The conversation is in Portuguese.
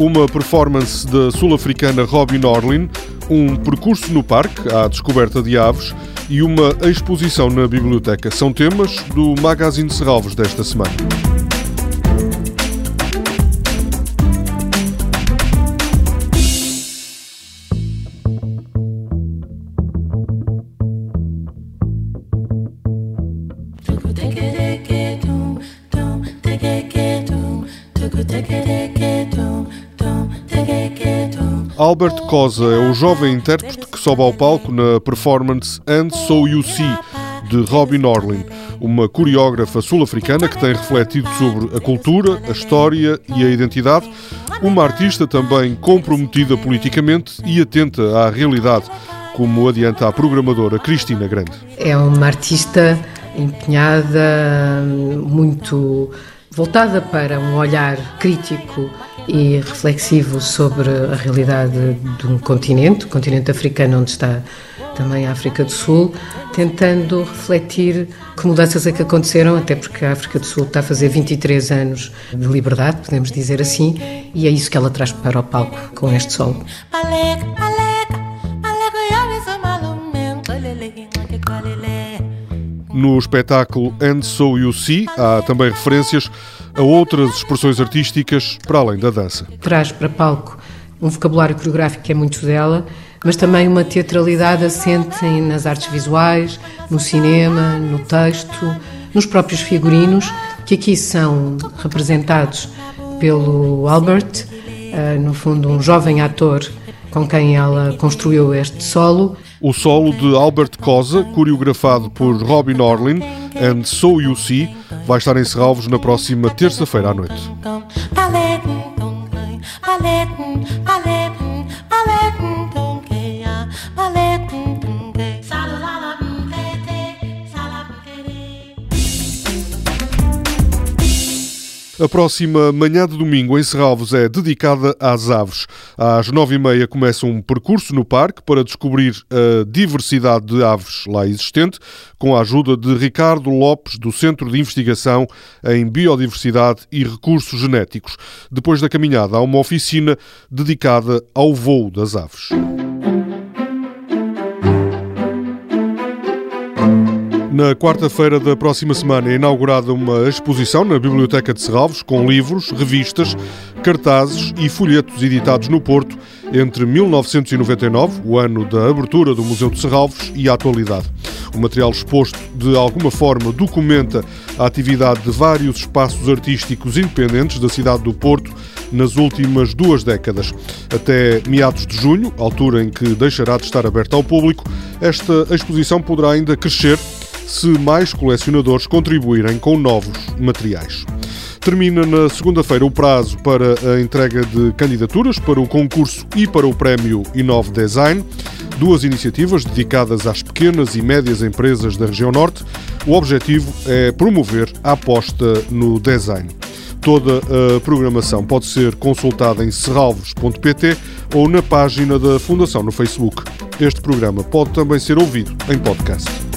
uma performance da sul-africana Robin Orlin, um percurso no parque à descoberta de aves e uma exposição na biblioteca. São temas do Magazine de Serralves desta semana. Albert Cosa é o jovem intérprete que sobe ao palco na performance And So You See, de Robin Orlin, uma coreógrafa sul-africana que tem refletido sobre a cultura, a história e a identidade, uma artista também comprometida politicamente e atenta à realidade, como adianta a programadora Cristina Grande. É uma artista empenhada, muito voltada para um olhar crítico e reflexivo sobre a realidade de um continente, o continente africano, onde está também a África do Sul, tentando refletir que mudanças é que aconteceram, até porque a África do Sul está a fazer 23 anos de liberdade, podemos dizer assim, e é isso que ela traz para o palco com este solo. No espetáculo And So You See há também referências a outras expressões artísticas para além da dança. Traz para palco um vocabulário coreográfico que é muito dela, mas também uma teatralidade assente nas artes visuais, no cinema, no texto, nos próprios figurinos, que aqui são representados pelo Albert, no fundo um jovem ator com quem ela construiu este solo. O solo de Albert Cosa, coreografado por Robin Orlin, And So You See, vai estar em Serralves na próxima terça-feira à noite. A próxima manhã de domingo em Serralves é dedicada às aves. Às 9h30 começa um percurso no parque para descobrir a diversidade de aves lá existente, com a ajuda de Ricardo Lopes, do Centro de Investigação em Biodiversidade e Recursos Genéticos. Depois da caminhada, há uma oficina dedicada ao voo das aves. Na quarta-feira da próxima semana é inaugurada uma exposição na Biblioteca de Serralves com livros, revistas, cartazes e folhetos editados no Porto entre 1999, o ano da abertura do Museu de Serralves, e a atualidade. O material exposto, de alguma forma, documenta a atividade de vários espaços artísticos independentes da cidade do Porto nas últimas 2 décadas. Até meados de junho, altura em que deixará de estar aberta ao público, esta exposição poderá ainda crescer se mais colecionadores contribuírem com novos materiais. Termina na segunda-feira o prazo para a entrega de candidaturas para o concurso e para o prémio Inove Design, 2 iniciativas dedicadas às pequenas e médias empresas da região norte. O objetivo é promover a aposta no design. Toda a programação pode ser consultada em serralves.pt ou na página da Fundação no Facebook. Este programa pode também ser ouvido em podcast.